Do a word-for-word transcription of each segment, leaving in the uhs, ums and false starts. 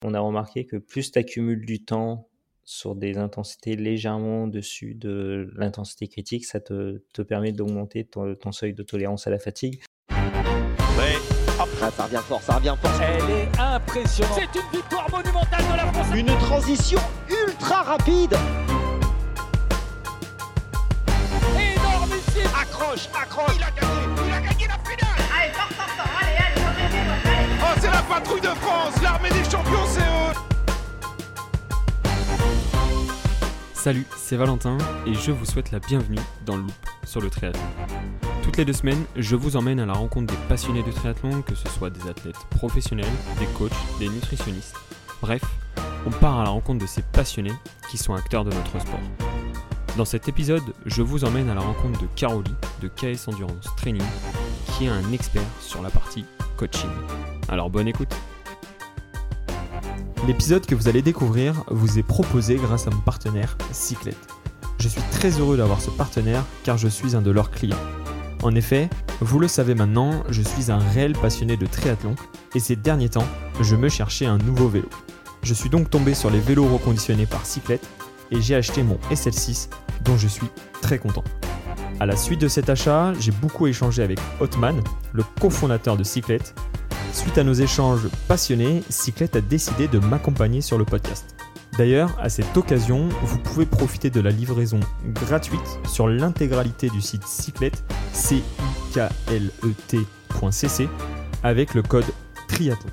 On a remarqué que plus tu accumules du temps sur des intensités légèrement au-dessus de l'intensité critique, ça te, te permet d'augmenter ton, ton seuil de tolérance à la fatigue. Ouais. Ah, ça revient fort, ça revient fort. Elle est impressionnante. C'est une victoire monumentale de la France. Une transition ultra rapide. Énormissime. Accroche, accroche. Il a gagné, il a gagné la finale. Allez, fort, fort, fort. Allez, allez, allez, allez. Oh, c'est la patrouille de France. L'armée des champions, c'est eux. Salut, c'est Valentin et je vous souhaite la bienvenue dans le Loop sur le triathlon. Toutes les deux semaines, je vous emmène à la rencontre des passionnés de triathlon, que ce soit des athlètes professionnels, des coachs, des nutritionnistes. Bref, on part à la rencontre de ces passionnés qui sont acteurs de notre sport. Dans cet épisode, je vous emmène à la rencontre de Carolie de K S Endurance Training, qui est un expert sur la partie coaching. Alors bonne écoute. L'épisode que vous allez découvrir vous est proposé grâce à mon partenaire Cyclette. Je suis très heureux d'avoir ce partenaire car je suis un de leurs clients. En effet, vous le savez maintenant, je suis un réel passionné de triathlon et ces derniers temps, je me cherchais un nouveau vélo. Je suis donc tombé sur les vélos reconditionnés par Cyclette et j'ai acheté mon S L six dont je suis très content. À la suite de cet achat, j'ai beaucoup échangé avec Othman, le cofondateur de Cyclette. Suite à nos échanges passionnés, Cyclette a décidé de m'accompagner sur le podcast. D'ailleurs, à cette occasion, vous pouvez profiter de la livraison gratuite sur l'intégralité du site Cyclette, C I K L E T point C C, avec le code triathlon.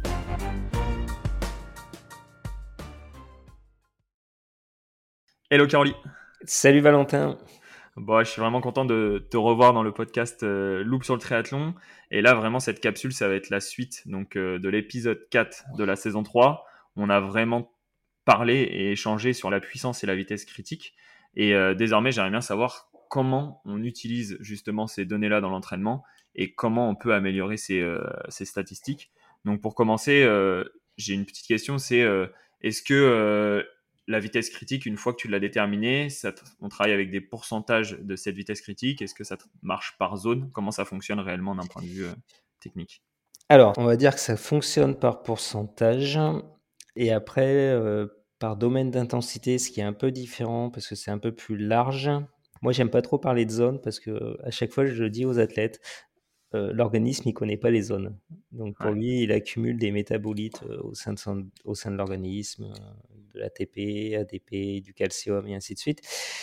Hello Carolie. Salut Valentin. Bon, je suis vraiment content de te revoir dans le podcast euh, Loop sur le triathlon. Et là, vraiment, cette capsule, ça va être la suite donc, euh, de l'épisode quatre de la saison trois. On a vraiment parlé et échangé sur la puissance et la vitesse critique. Et euh, désormais, j'aimerais bien savoir comment on utilise justement ces données-là dans l'entraînement et comment on peut améliorer ces, euh, ces statistiques. Donc, pour commencer, euh, j'ai une petite question, c'est euh, est-ce que euh, la vitesse critique, une fois que tu l'as déterminée, ça t- on travaille avec des pourcentages de cette vitesse critique. Est-ce que ça t- marche par zone? Comment ça fonctionne réellement d'un point de vue euh, technique? Alors, on va dire que ça fonctionne par pourcentage et après euh, par domaine d'intensité, ce qui est un peu différent parce que c'est un peu plus large. Moi, j'aime pas trop parler de zone parce que à chaque fois, je le dis aux athlètes, euh, l'organisme, il connaît pas les zones. Donc, pour Ouais. lui, il accumule des métabolites euh, au sein de, son- au sein de l'organisme, euh, de l'A T P, A D P, du calcium et ainsi de suite.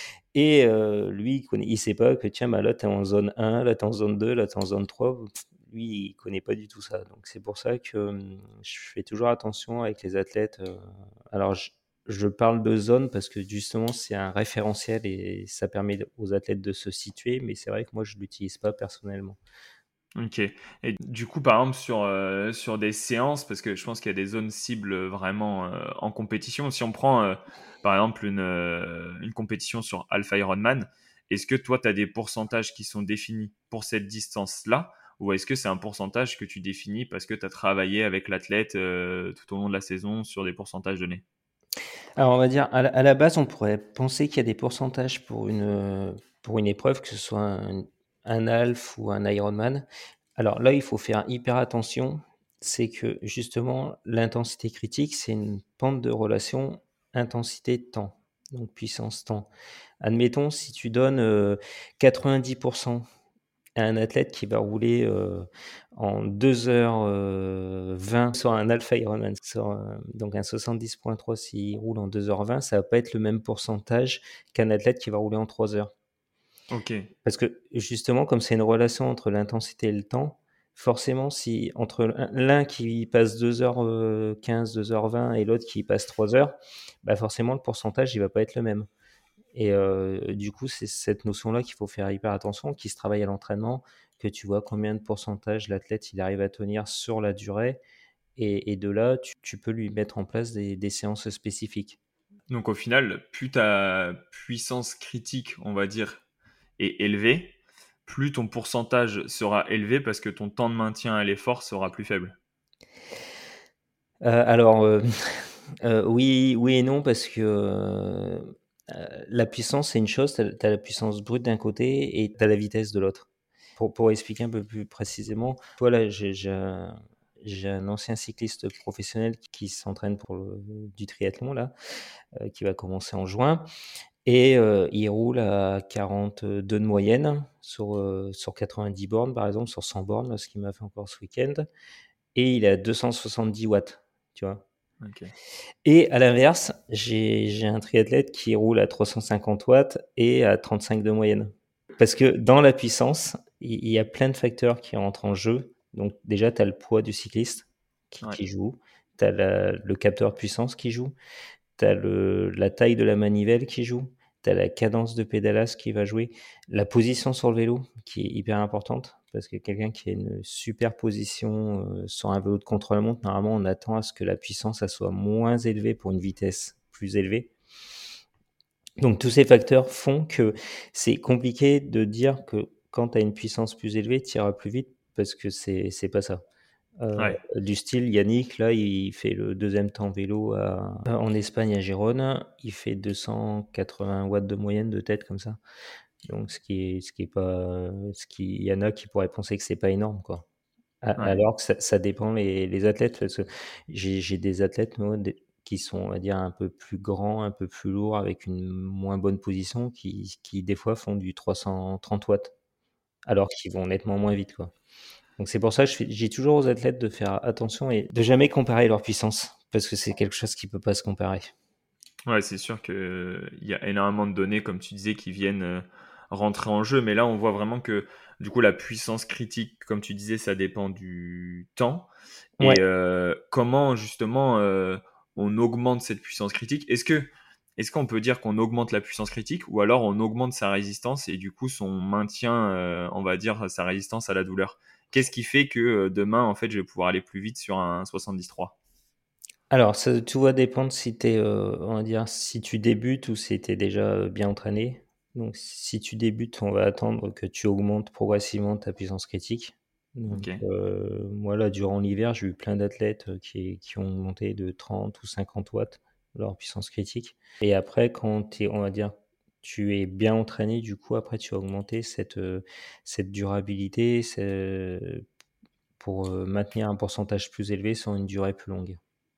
Et euh, lui, il connaît, il sait pas que tiens, bah là, tu es en zone un, là, tu es en zone deux, là, tu es en zone trois. Lui, il connaît pas du tout ça. Donc, c'est pour ça que hum, je fais toujours attention avec les athlètes. euh, alors, je, je parle de zone parce que justement, c'est un référentiel et ça permet aux athlètes de se situer, mais c'est vrai que moi, je l'utilise pas personnellement. Ok. Et du coup, par exemple, sur, euh, sur des séances, parce que je pense qu'il y a des zones cibles vraiment euh, en compétition. Si on prend, euh, par exemple, une, euh, une compétition sur Alpha Ironman, est-ce que toi, tu as des pourcentages qui sont définis pour cette distance-là? Ou est-ce que c'est un pourcentage que tu définis parce que tu as travaillé avec l'athlète euh, tout au long de la saison sur des pourcentages donnés? Alors, on va dire, à la, à la base, on pourrait penser qu'il y a des pourcentages pour une, pour une épreuve, que ce soit un, un half ou un Ironman. Alors là, il faut faire hyper attention. C'est que justement, l'intensité critique, c'est une pente de relation intensité-temps, donc puissance-temps. Admettons, si tu donnes euh, quatre-vingt-dix pour cent à un athlète qui va rouler euh, en deux heures vingt sur un Alpha Ironman, sur, euh, donc un soixante-dix virgule trois, s'il roule en deux heures vingt, ça va pas être le même pourcentage qu'un athlète qui va rouler en trois heures. Ok. Parce que justement, comme c'est une relation entre l'intensité et le temps, forcément, si entre l'un l'un qui passe deux heures quinze, deux heures vingt et l'autre qui passe trois heures, bah forcément, le pourcentage, il va pas être le même. Et euh, du coup, c'est cette notion-là qu'il faut faire hyper attention, qui se travaille à l'entraînement, que tu vois combien de pourcentage l'athlète il arrive à tenir sur la durée. Et, et de là, tu, tu peux lui mettre en place des, des séances spécifiques. Donc au final, plus ta puissance critique, on va dire, est élevé, plus ton pourcentage sera élevé parce que ton temps de maintien à l'effort sera plus faible. Euh, alors, euh, euh, oui, oui et non, parce que euh, la puissance, c'est une chose, tu as la puissance brute d'un côté et tu as la vitesse de l'autre. Pour, pour expliquer un peu plus précisément, toi là, j'ai, j'ai, j'ai un ancien cycliste professionnel qui s'entraîne pour le du triathlon là, heu, qui va commencer en juin et heu, il roule à quarante-deux de moyenne sur, heu, sur quatre-vingt-dix bornes, par exemple, sur cent bornes, là, ce qu'il m'a fait encore ce week-end et il est à deux cent soixante-dix watts, tu vois? OK. Et à l'inverse, j'ai j'ai un triathlète qui roule à trois cent cinquante watts et à trente-cinq de moyenne. Parce que dans la puissance, il il y a plein de facteurs qui entrent en jeu. Donc déjà, tu as le poids du cycliste qui Ouais. qui joue, tu as le capteur de puissance qui joue, tu as le la taille de la manivelle qui joue, tu as la cadence de pédalage qui va jouer, la position sur le vélo qui est hyper importante parce que quelqu'un qui a une super position, heu, sur un vélo de contre-la-montre, normalement, on attend à ce que la puissance, elle soit moins élevée pour une vitesse plus élevée. Donc tous ces facteurs font que c'est compliqué de dire que quand tu as une puissance plus élevée, tu iras plus vite parce que c'est c'est pas ça. Heu, Ouais. du style Yannick, là, il fait le deuxième temps vélo à en Espagne, à Gérone. Il fait deux cent quatre-vingts watts de moyenne de tête comme ça. Donc ce qui est ce qui est pas ce qui il y en a qui pourraient penser que c'est pas énorme, quoi. A Ouais. alors que ça ça dépend les les athlètes parce que j'ai j'ai des athlètes, moi, des qui sont, on va dire, un peu plus grands, un peu plus lourds, avec une moins bonne position, qui qui des fois font du trois cent trente watts, alors qu'ils vont nettement moins vite, quoi. Donc c'est pour ça que je fais je dis toujours aux athlètes de faire attention et de jamais comparer leur puissance, parce que c'est quelque chose qui peut pas se comparer. Ouais, c'est sûr qu'il y a énormément de données, comme tu disais, qui viennent euh, rentrer en jeu. Mais là, on voit vraiment que, du coup, la puissance critique, comme tu disais, ça dépend du temps. Ouais. Et euh, comment, justement, euh, on augmente cette puissance critique? Est-ce que, est-ce qu'on peut dire qu'on augmente la puissance critique ou alors on augmente sa résistance et du coup, son maintien, euh, on va dire, sa résistance à la douleur? Qu'est-ce qui fait que euh, demain, en fait, je vais pouvoir aller plus vite sur un soixante-dix trois? Alors ça, tout va dépendre si tu es, on va dire, si tu débutes ou si tu es déjà, heu, bien entraîné. Donc si tu débutes, on va attendre que tu augmentes progressivement ta puissance critique. Donc, Ok. heu, moi là, durant l'hiver, j'ai eu plein d'athlètes, heu, qui qui ont monté de trente ou cinquante watts leur puissance critique et après quand tu es, on va dire, tu es bien entraîné, du coup, après tu vas augmenter cette, heu, cette durabilité, ce pour, heu, maintenir un pourcentage plus élevé sur une durée plus longue.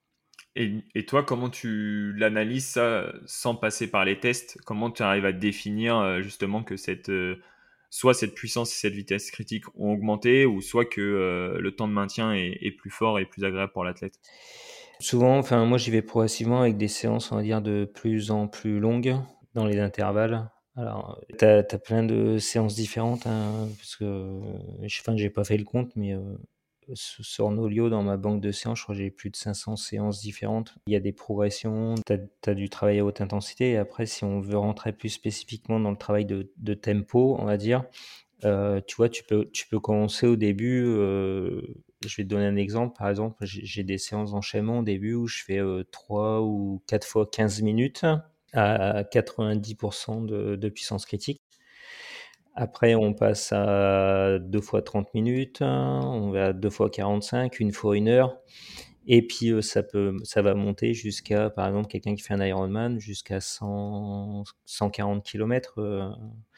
Et, et toi, comment tu l'analyses ça sans passer par les tests? Comment tu arrives à définir euh, justement que cette, euh, soit cette puissance et cette vitesse critique ont augmenté, ou soit que euh, le temps de maintien est, est plus fort et plus agréable pour l'athlète? Souvent, enfin moi j'y vais progressivement avec des séances, on va dire, de plus en plus longues dans les intervalles. Alors, heu, tu as tu as plein de séances différentes, hein, parce que, heu, j enfin j'ai pas fait le compte, mais, heu, su sur Nolio, dans ma banque de séances, je crois que j'ai plus de cinq cents séances différentes. Il y a des progressions, tu as tu as du travail à haute intensité et après si on veut rentrer plus spécifiquement dans le travail de de tempo, on va dire, Heu, tu vois, tu peux tu peux commencer au début, heu, je vais te donner un exemple. Par exemple, j'ai j'ai des séances d'enchaînement au début où je fais, heu, trois ou quatre fois quinze minutes à quatre-vingt-dix de de puissance critique. Après, on passe à deux fois trente minutes, on va à deux fois quarante-cinq, une fois une heure et puis, heu, ça peut ça va monter jusqu'à, par exemple, quelqu'un qui fait un Ironman jusqu'à cent cent quarante kilomètres, heu,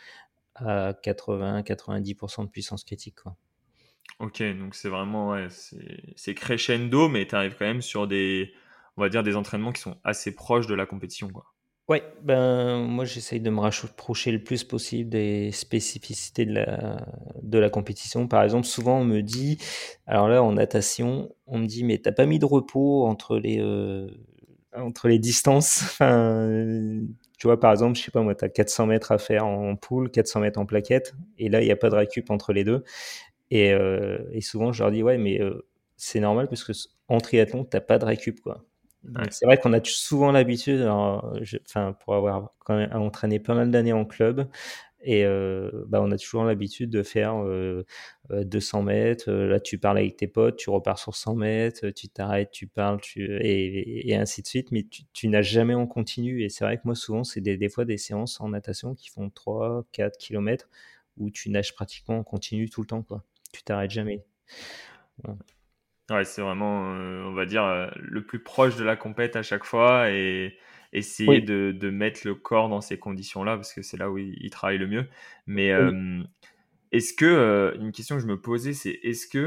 à quatre-vingts quatre-vingt-dix de puissance critique, quoi. Ok, donc c'est vraiment, ouais, c'est c'est crescendo, mais tu arrives quand même sur des, on va dire, des entraînements qui sont assez proches de la compétition, quoi. Ouais, ben, moi j'essaye de me rapprocher le plus possible des spécificités de la de la compétition. Par exemple, souvent on me dit, alors là en natation, on me dit: «Mais tu as pas mis de repos entre les, heu, entre les distances?» enfin, heu, tu vois, par exemple, je sais pas moi, tu as quatre cents mètres à faire en poule, quatre cents mètres en plaquette et là il y a pas de récup entre les deux. Et heu et souvent je leur dis: «Ouais, mais heu, c'est normal parce que s en triathlon, tu as pas de récup, quoi». Donc Ouais. c'est vrai qu'on a t souvent l'habitude, alors, je enfin, pour avoir quand même entraîné pas mal d'années en club et heu, bah, on a toujours l'habitude de faire, heu heu, deux cents mètres, heu, là tu parles avec tes potes, tu repars sur cent mètres, heu, tu t'arrêtes, tu parles, tu et et ainsi de suite, mais tu tu nages jamais en continu et c'est vrai que moi souvent c'est des des fois des séances en natation qui font trois quatre kilomètres où tu nages pratiquement en continu tout le temps, quoi. Tu t'arrêtes jamais. Voilà. Ouais, c'est vraiment, heu, on va dire, heu, le plus proche de la compète à chaque fois et essayer Oui, de de mettre le corps dans ces conditions-là parce que c'est là où il il travaille le mieux. Mais, oui. hem, est-ce que, heu, une question que je me posais, c'est est-ce que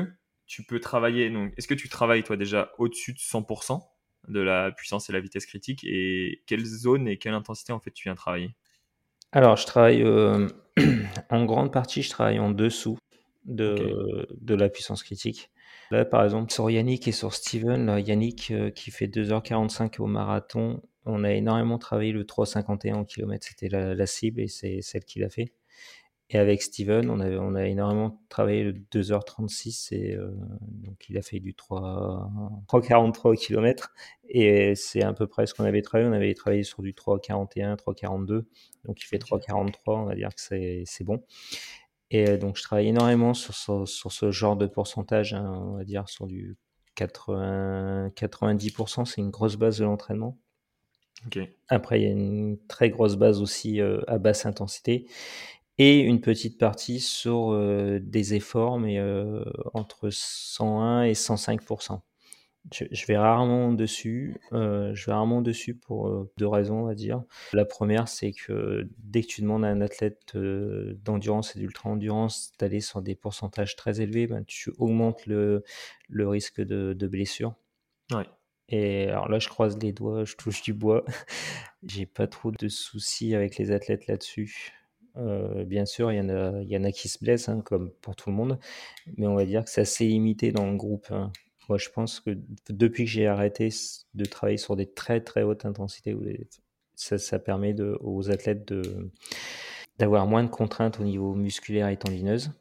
tu peux travailler. Donc, est-ce que tu travailles, toi, déjà au-dessus de cent pour cent de la puissance et la vitesse critique? Et quelle zone et quelle intensité, en fait, tu viens travailler? Alors, je travaille euh, en grande partie, je travaille en dessous de, Ok. de la puissance critique. Là, par exemple, sur Yannick et sur Steven, là, Yannick euh, qui fait deux heures quarante-cinq au marathon, on a énormément travaillé le trois cinquante et un au kilomètre. C'était la, la cible et c'est celle qu'il a fait. Et avec Steven, on a, on a énormément travaillé le deux heures trente-six et euh, donc il a fait du trois quarante-trois au kilomètre et c'est à peu près ce qu'on avait travaillé. On avait travaillé sur du trois quarante et un, trois quarante-deux, donc il fait Ok. trois quarante-trois, on va dire que c'est, c'est bon. Et euh, donc je travaille énormément sur ce, sur ce genre de pourcentage, hein, on va dire sur du quatre-vingts, quatre-vingt-dix pour cent, c'est une grosse base de l'entraînement. Ok. Après, il y a une très grosse base aussi euh, à basse intensité et une petite partie sur euh, des efforts, mais euh, entre cent un et cent cinq pour cent. Je, je vais rarement dessus. Euh, je vais rarement dessus pour euh, deux raisons, on va dire. La première, c'est que dès que tu demandes à un athlète euh, d'endurance et d'ultra-endurance d'aller sur des pourcentages très élevés, ben, tu augmentes le, le risque de, de blessure. Ouais. Et alors là, je croise les doigts, je touche du bois. J'ai pas trop de soucis avec les athlètes là-dessus. Euh, bien sûr, il y en a, il y en a qui se blessent, hein, comme pour tout le monde, mais on va dire que c'est assez limité dans le groupe, hein. Moi, je pense que depuis que j'ai arrêté de travailler sur des très très hautes intensités, ça, ça permet de, aux athlètes de, d'avoir moins de contraintes au niveau musculaire et tendineuse.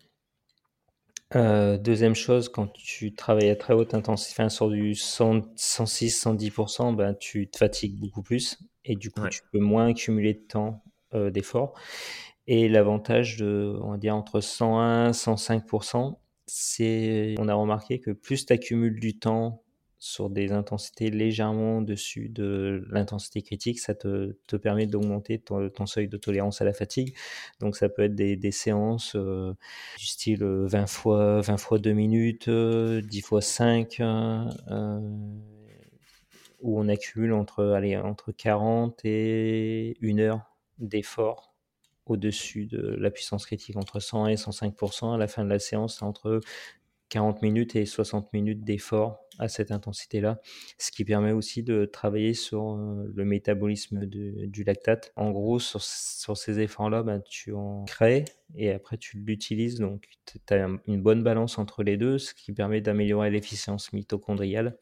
Euh, deuxième chose, quand tu travailles à très haute intensité, enfin, sur du cent, cent six, cent dix pour cent, ben, tu te fatigues beaucoup plus et du coup, Ouais. tu peux moins accumuler de temps euh, d'effort. Et l'avantage de, on va dire, entre cent un, cent cinq pour cent, c'est, on a remarqué que plus tu accumules du temps sur des intensités légèrement au-dessus de l'intensité critique, ça te, te permet d'augmenter ton, ton seuil de tolérance à la fatigue. Donc ça peut être des, des séances euh, du style euh, vingt fois, vingt fois deux minutes, euh, dix fois cinq, euh, euh, où on accumule entre, allez, entre quarante et une heure d'effort au-dessus de la puissance critique, entre cent un et cent cinq pour cent. À la fin de la séance, c'est entre quarante minutes et soixante minutes d'effort à cette intensité-là, ce qui permet aussi de travailler sur euh, le métabolisme de, du lactate. En gros, sur, sur ces efforts-là, ben, tu en crées et après tu l'utilises, donc tu as une bonne balance entre les deux, ce qui permet d'améliorer l'efficience mitochondriale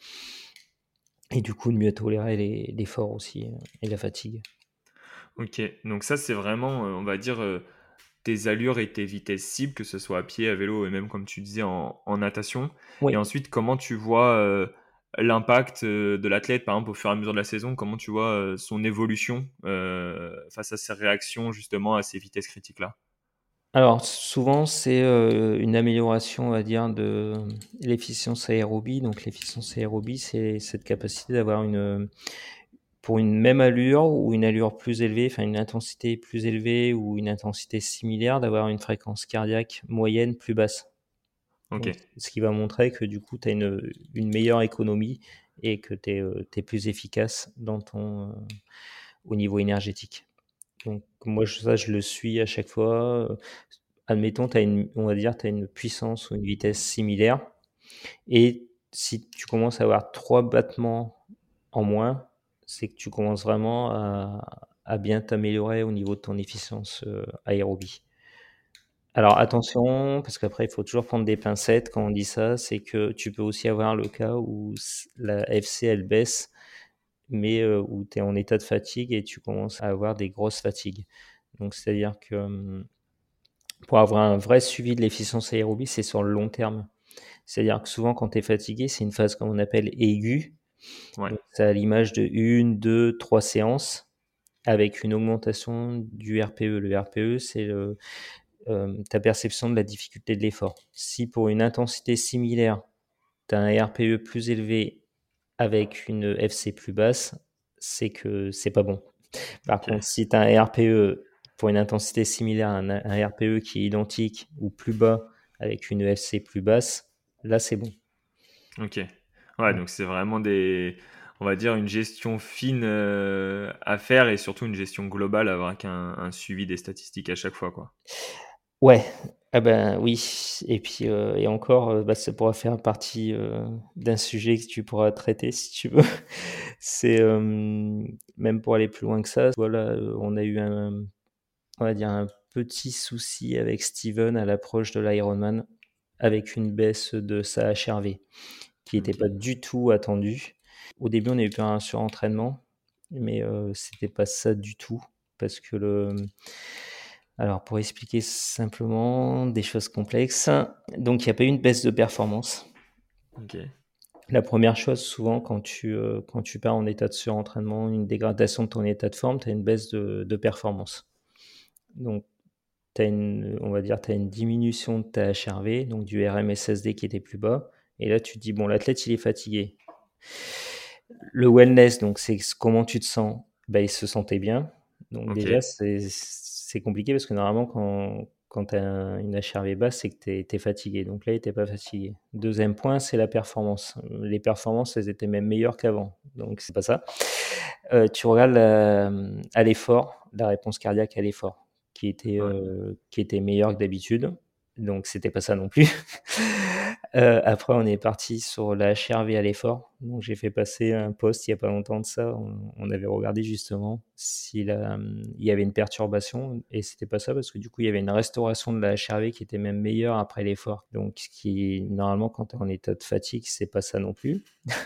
et du coup de mieux tolérer les, l'effort aussi euh, et la fatigue. Ok. Donc ça, c'est vraiment, euh, on va dire, euh, tes allures et tes vitesses cibles, que ce soit à pied, à vélo et même comme tu disais en, en natation. Et Oui. ensuite, comment tu vois euh, l'impact euh, de l'athlète, par exemple, au fur et à mesure de la saison, comment tu vois euh, son évolution euh, face à ses réactions justement à ces vitesses critiques-là? Alors souvent, c'est euh, une amélioration, on va dire, de l'efficience aérobie. Donc l'efficience aérobie, c'est cette capacité d'avoir une, pour une même allure ou une allure plus élevée, enfin une intensité plus élevée ou une intensité similaire, d'avoir une fréquence cardiaque moyenne plus basse. Ok. Donc, ce qui va montrer que du coup, tu as une, une meilleure économie et que tu es, euh, t'es plus efficace dans ton, euh, au niveau énergétique. Donc moi, je- ça, je le suis à chaque fois. Euh, Admettons, t'as une, on va dire, tu as une puissance ou une vitesse similaire. Et si tu commences à avoir trois battements en moins, c'est que tu commences vraiment à, à bien t'améliorer au niveau de ton efficience euh, aérobie. Alors attention, parce qu'après, il faut toujours prendre des pincettes quand on dit ça, c'est que tu peux aussi avoir le cas où s- la F C, elle baisse, mais euh, où tu es en état de fatigue et tu commences à avoir des grosses fatigues. Donc, c'est-à-dire que hum, pour avoir un vrai suivi de l'efficience aérobie, c'est sur le long terme. C'est-à-dire que souvent, quand tu es fatigué, c'est une phase qu'on appelle aiguë. Ouais. Donc, c'est à l'image de une, deux, trois séances avec une augmentation du R P E. Le R P E, c'est le, euh, ta perception de la difficulté de l'effort. Si pour une intensité similaire, tu as un R P E plus élevé avec une F C plus basse, c'est que c'est pas bon. Par Ok. contre, si tu as un R P E pour une intensité similaire, un, un R P E qui est identique ou plus bas avec une F C plus basse, là c'est bon. Ok. Ouais, donc c'est vraiment des, on va dire, une gestion fine euh, à faire et surtout une gestion globale avec un, un suivi des statistiques à chaque fois, quoi. Ouais, Ah ben oui, et puis, heu et encore, heu, bah, ça pourra faire partie, heu, d'un sujet que tu pourras traiter si tu veux. C'est, hem, même pour aller plus loin que ça, voilà, heu, on a eu un on va dire un petit souci avec Steven à l'approche de l'Ironman, avec une baisse de sa H R V qui était OK. pas du tout attendue. Au début, on a eu peur d'un surentraînement, mais heu, c'était pas ça du tout parce que le alors pour expliquer simplement des choses complexes, donc il y a pas eu une baisse de performance. OK. La première chose souvent quand tu, heu, quand tu pars en état de surentraînement, une dégradation de ton état de forme, tu as une baisse de de performance. Donc tu as une on va dire, tu as une diminution de ta H R V, donc du R M S S D qui était plus bas et là tu te dis: «Bon, l'athlète, il est fatigué». Le wellness, donc c'est s comment tu te sens? Bah, il se sentait bien, donc déjà OK. c'est c'est compliqué parce que normalement quand quand tu as une H R V basse, c'est que tu es tu es fatigué, donc là, il était pas fatigué. deuxième point, c'est la performance. Les performances, elles étaient même meilleures qu'avant, donc c'est pas ça. Heu, tu regardes la, mmh, à l'effort, la réponse cardiaque à l'effort qui était, Ouais. heu, qui était meilleure que d'habitude, donc c'était pas ça non plus. Heu, après on est parti sur la H R V à l'effort, donc j'ai fait passer un post il y a pas longtemps de ça, on on avait regardé justement si la, mmh, il y avait une perturbation et c'était pas ça parce que du coup il y avait une restauration de la H R V qui était même meilleure après l'effort, donc ce qui normalement quand tu es en état de fatigue, c'est pas ça non plus.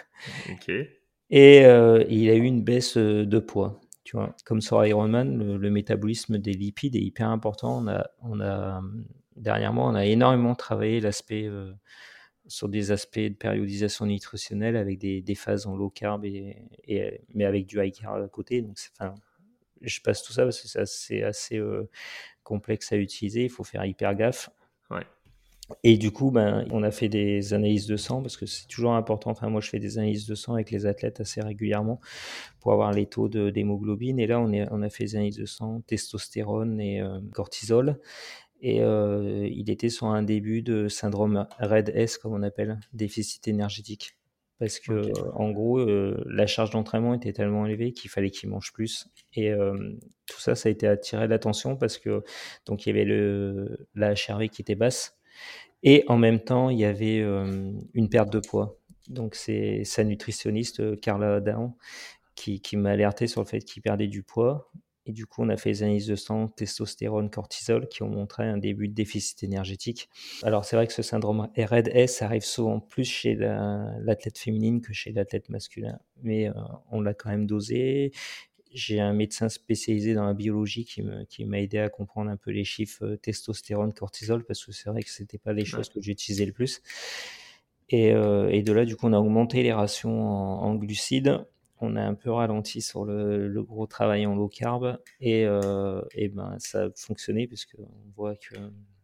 OK. Et heu, il a eu une baisse, heu, de poids, tu vois? Comme sur Ironman, le le métabolisme des lipides est hyper important. On a on a, mmh, dernièrement, on a énormément travaillé l'aspect, heu, sur des aspects de périodisation nutritionnelle avec des des phases en low carb et et mais avec du high carb à côté, donc c'est enfin, je passe tout ça parce que c'est assez assez, heu, complexe à utiliser, il faut faire hyper gaffe. Ouais. Et du coup, ben, on a fait des analyses de sang parce que c'est toujours important. Enfin, moi, je fais des analyses de sang avec les athlètes assez régulièrement pour avoir les taux de d'hémoglobine. Et là, on, est, on a fait des analyses de sang, testostérone et euh, cortisol. Et euh, il était sur un début de syndrome R E D S, comme on appelle, déficit énergétique. Parce que, OK. en gros, euh, la charge d'entraînement était tellement élevée qu'il fallait qu'il mange plus. Et euh, tout ça, ça a été attiré l'attention parce que donc il y avait le, la H R V qui était basse et en même temps, il y avait, hem, une perte de poids. Donc c'est sa nutritionniste, heu, Carla Dahan, qui qui m'a alerté sur le fait qu'il perdait du poids et du coup, on a fait les analyses de sang, testostérone, cortisol qui ont montré un début de déficit énergétique. Alors c'est vrai que ce syndrome R E D S arrive souvent plus chez la l'athlète féminine que chez l'athlète masculin, mais heu, on l'a quand même dosé. J'ai un médecin spécialisé dans la biologie qui me qui m'a aidé à comprendre un peu les chiffres, heu, testostérone, cortisol, parce que c'est vrai que c'était pas les Ouais. choses que j'utilisais le plus et heu et de là, du coup, on a augmenté les rations en en glucides. On a un peu ralenti sur le le gros travail en low carb et heu et ben, ça a fonctionné puisqu'on voit que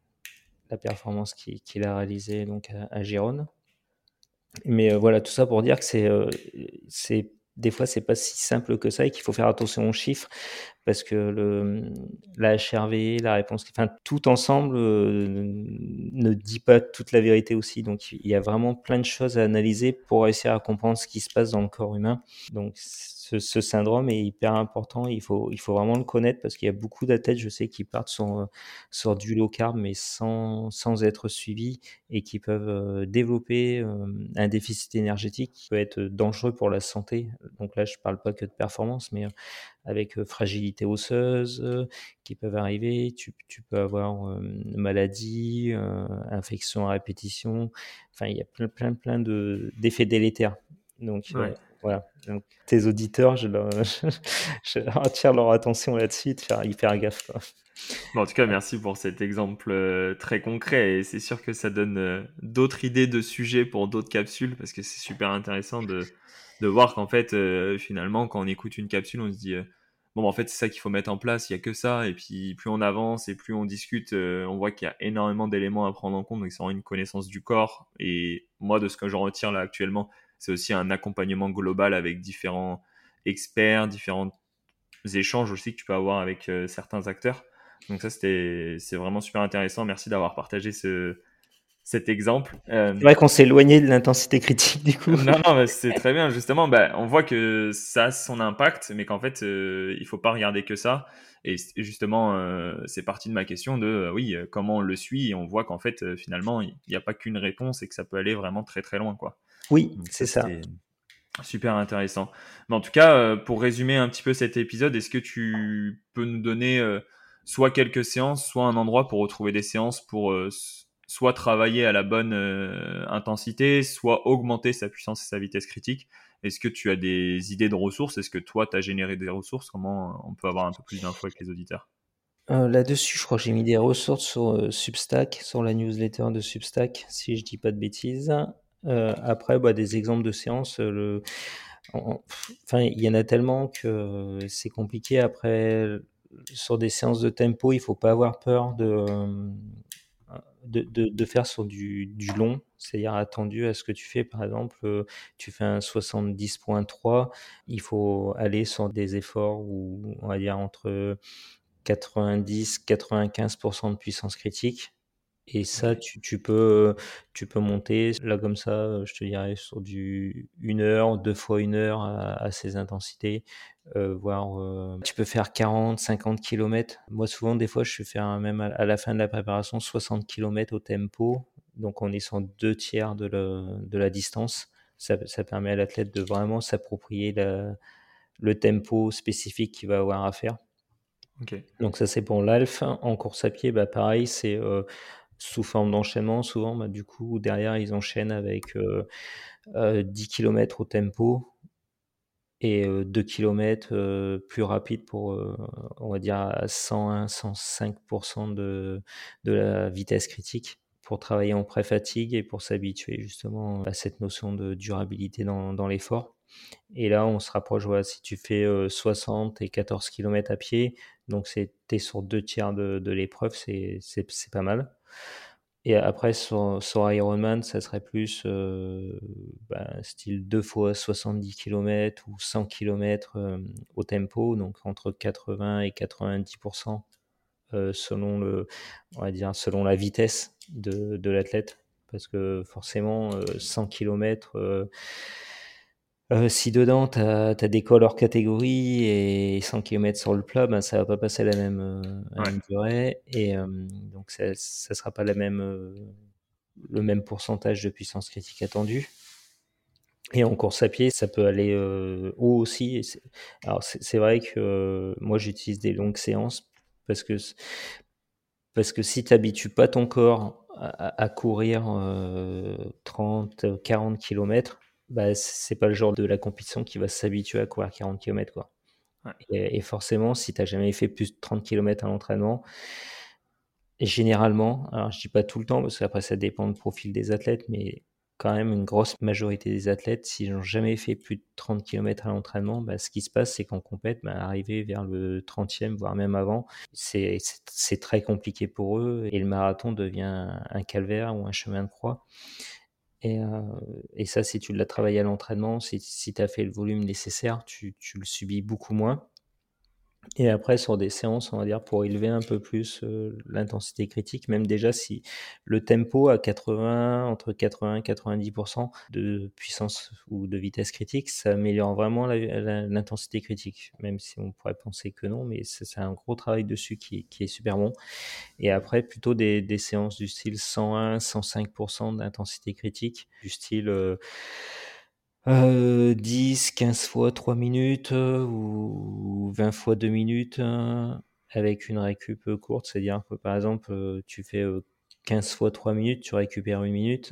la performance qu'il qu'il a réalisée donc à à Gérone. Mais heu, voilà, tout ça pour dire que c'est, heu, c'est des fois, c'est pas si simple que ça et qu'il faut faire attention aux chiffres parce que le, mmh, la H R V, la réponse enfin, tout ensemble, heu, ne dit pas toute la vérité aussi. Donc il y a vraiment plein de choses à analyser pour réussir à comprendre ce qui se passe dans le corps humain. Donc ce ce syndrome est hyper important, il faut il faut vraiment le connaître parce qu'il y a beaucoup d'athlètes, je sais, qui partent sur, heu, sur du low carb mais sans sans être suivis et qui peuvent, heu, développer, hem, un déficit énergétique qui peut être dangereux pour la santé. Donc là, je parle pas que de performance, mais, heu, avec, heu, fragilité osseuse, heu, qui peuvent arriver. Tu tu peux avoir, hem, maladie, heu, infection à répétition. Enfin, il y a plein, plein, plein de d'effets délétères. Donc, heu, Ouais. voilà. Donc tes auditeurs, je leur je attire leur attention là-dessus, de faire hyper gaffe, quoi. Bon, en tout cas, merci pour cet exemple euh, très concret et c'est sûr que ça donne euh, d'autres idées de sujets pour d'autres capsules parce que c'est super intéressant de, de voir qu'en fait, euh, finalement, quand on écoute une capsule, on se dit euh, bon, bah, en fait, c'est ça qu'il faut mettre en place, il n'y a que ça. Et puis, plus on avance et plus on discute, euh, on voit qu'il y a énormément d'éléments à prendre en compte. Donc, c'est vraiment une connaissance du corps. Et moi, de ce que j'en retire là actuellement, c'est aussi un accompagnement global avec différents experts, différents échanges aussi que tu peux avoir avec euh, certains acteurs. Donc ça, c'était, c'est vraiment super intéressant. Merci d'avoir partagé ce, cet exemple. Euh, C'est vrai qu'on s'est éloigné de l'intensité critique du coup. non, non, mais c'est très bien. Justement, bah, on voit que ça a son impact, mais qu'en fait, euh, il faut pas regarder que ça. Et c- justement, euh, c'est parti de ma question de, euh, oui, euh, comment on le suit. Et on voit qu'en fait, euh, finalement, il n'y a pas qu'une réponse et que ça peut aller vraiment très, très loin, quoi. Oui, Donc ça, c'est ça. c'était super intéressant. Mais en tout cas, euh, pour résumer un petit peu cet épisode, est-ce que tu peux nous donner euh, soit quelques séances, soit un endroit pour retrouver des séances pour euh, s- soit travailler à la bonne euh, intensité, soit augmenter sa puissance et sa vitesse critique? Est-ce que tu as des idées de ressources? Est-ce que toi, tu as généré des ressources? Comment euh, on peut avoir un peu plus d'infos avec les auditeurs? Euh, là-dessus, je crois que j'ai mis des ressources sur euh, Substack, sur la newsletter de Substack, si je dis pas de bêtises. Euh, après, bah, des exemples de séances, euh, le... en- en- enfin, il y en a tellement que c'est compliqué. Après, sur des séances de tempo, il faut pas avoir peur de, euh, de, de, de faire sur du, du long, c'est-à-dire attendu à ce que tu fais. Par exemple, euh, tu fais un soixante-dix virgule trois, il faut aller sur des efforts où on va dire entre quatre-vingt-dix quatre-vingt-quinze pour cent de puissance critique. Et ça, Ok. tu, tu peux, tu peux monter là comme ça, je te dirais, sur du une heure, deux fois une heure à, à ces intensités, euh, voire euh, tu peux faire quarante, cinquante kilomètres. Moi, souvent, des fois, je fais faire même à, à la fin de la préparation soixante kilomètres au tempo. Donc, on est sur deux tiers de, le, de la distance. Ça, ça permet à l'athlète de vraiment s'approprier la, le tempo spécifique qu'il va avoir à faire. Ok. Donc ça c'est pour l'Alf. En course à pied, bah pareil, c'est euh, sous forme d'enchaînement. Souvent, bah, du coup, derrière, ils enchaînent avec euh, euh, dix kilomètres au tempo et euh, deux kilomètres euh, plus rapide pour, euh, on va dire, à cent un à cent cinq pour cent de, de la vitesse critique pour travailler en pré-fatigue et pour s'habituer justement à cette notion de durabilité dans, dans l'effort. Et là, on se rapproche, voilà, si tu fais euh, soixante et quatorze kilomètres à pied, donc c'est, t'es sur deux tiers de, de l'épreuve, c'est, c'est, c'est pas mal. Et après, sur, sur Ironman, ça serait plus euh, ben, style deux fois soixante-dix kilomètres ou cent kilomètres euh, au tempo, donc entre quatre-vingts et quatre-vingt-dix pour cent euh, selon le, on va dire, selon la vitesse de, de l'athlète. Parce que forcément, euh, cent kilomètres, euh, euh, si dedans tu as des cols hors catégorie et cent kilomètres sur le plat, ben, ça va pas passer à la même, euh, à la Ouais. même durée. Et euh, donc, ça, ça sera pas la même, euh, le même pourcentage de puissance critique attendue. Et en course à pied, ça peut aller euh, haut aussi. Et c'est- alors, c'est c'est vrai que euh, moi, j'utilise des longues séances parce que parce que si tu n'habitues pas ton corps à, à courir euh, trente, quarante kilomètres, bah, c'est pas le genre de la compétition qui va s'habituer à courir quarante kilomètres, quoi. Ouais. Et, et forcément, si tu n'as jamais fait plus de trente kilomètres à l'entraînement, et généralement, alors je dis pas tout le temps, parce qu'après ça dépend du profil des athlètes, mais quand même une grosse majorité des athlètes, s'ils n'ont jamais fait plus de trente kilomètres à l'entraînement, bah, ce qui se passe, c'est qu'en compète, bah, arrivé vers le trentième, voire même avant, c'est, c'est, c'est très compliqué pour eux et le marathon devient un, un calvaire ou un chemin de croix. Et, euh, et ça, si tu l'as travaillé à l'entraînement, si, si tu as fait le volume nécessaire, tu, tu le subis beaucoup moins. Et après, sur des séances, on va dire, pour élever un peu plus euh, l'intensité critique, même déjà si le tempo à quatre-vingts, entre quatre-vingts et quatre-vingt-dix pour cent de puissance ou de vitesse critique, ça améliore vraiment la- la- l'intensité critique, même si on pourrait penser que non, mais c'est c'est un gros travail dessus qui, qui est super bon. Et après, plutôt des, des séances du style cent un, cent cinq pour cent d'intensité critique, du style euh, euh, dix, quinze fois trois minutes euh, ou vingt fois deux minutes euh, avec une récup euh, courte. C'est-à-dire que par exemple, euh, tu fais euh, quinze fois trois minutes, tu récupères une minute.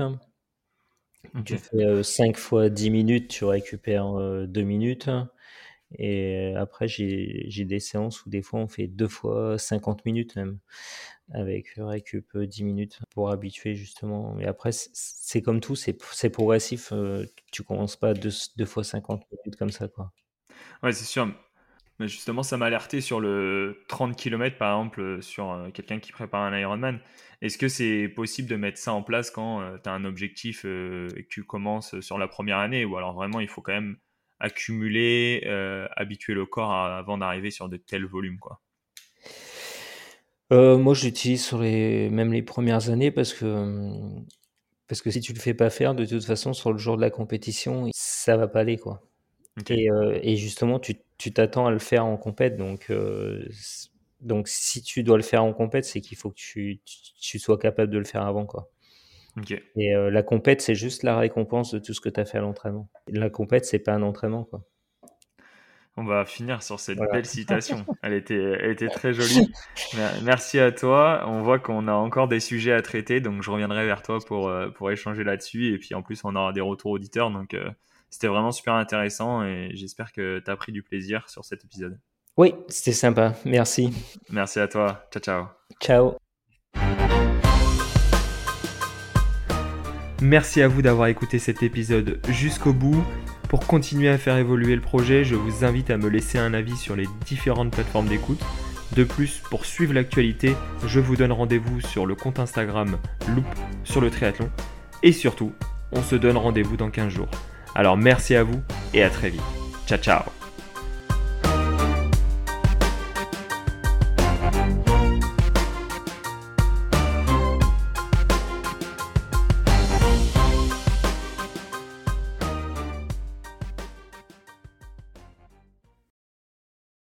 Tu Ok. fais euh, cinq fois dix minutes, tu récupères euh, deux minutes. Et après, j'ai j'ai des séances où des fois on fait deux fois cinquante minutes même, avec récup euh, dix minutes pour habituer justement. Mais après, c'est c'est comme tout, c'est c'est progressif. euh, Tu commences pas deux, deux fois cinquante minutes comme ça, quoi. Ouais, c'est sûr. Mais justement, ça m'a alerté sur le trente kilomètres, par exemple, euh, sur euh, quelqu'un qui prépare un Ironman. Est-ce que c'est possible de mettre ça en place quand tu as un objectif euh, et que tu commences sur la première année? Ou alors vraiment, il faut quand même accumuler, euh, habituer le corps à- avant d'arriver sur de tels volumes, quoi. Euh, moi, j'utilise sur les même les premières années parce que hum, Parce que si tu le fais pas faire, de toute façon, sur le jour de la compétition, ça va pas aller, quoi. Ok. Et, euh, et justement, tu tu t'attends à le faire en compète, donc, euh, c- donc si tu dois le faire en compète, c'est qu'il faut que tu, tu, tu sois capable de le faire avant, quoi. Ok. Et euh, la compète, c'est juste la récompense de tout ce que tu as fait à l'entraînement. La compète, c'est pas un entraînement, quoi. On va finir sur cette Voilà. belle citation. Elle était, elle était très jolie. Mer- Merci à toi. On voit qu'on a encore des sujets à traiter, donc je reviendrai vers toi pour, euh, pour échanger là-dessus. Et puis en plus, on aura des retours auditeurs, donc euh, c'était vraiment super intéressant et j'espère que tu as pris du plaisir sur cet épisode. Oui, c'était sympa. Merci. Merci à toi. Ciao, ciao. Ciao. Merci à vous d'avoir écouté cet épisode jusqu'au bout. Pour continuer à faire évoluer le projet, je vous invite à me laisser un avis sur les différentes plateformes d'écoute. De plus, pour suivre l'actualité, je vous donne rendez-vous sur le compte Instagram Loop sur le triathlon. Et surtout, on se donne rendez-vous dans quinze jours. Alors merci à vous et à très vite. Ciao ciao.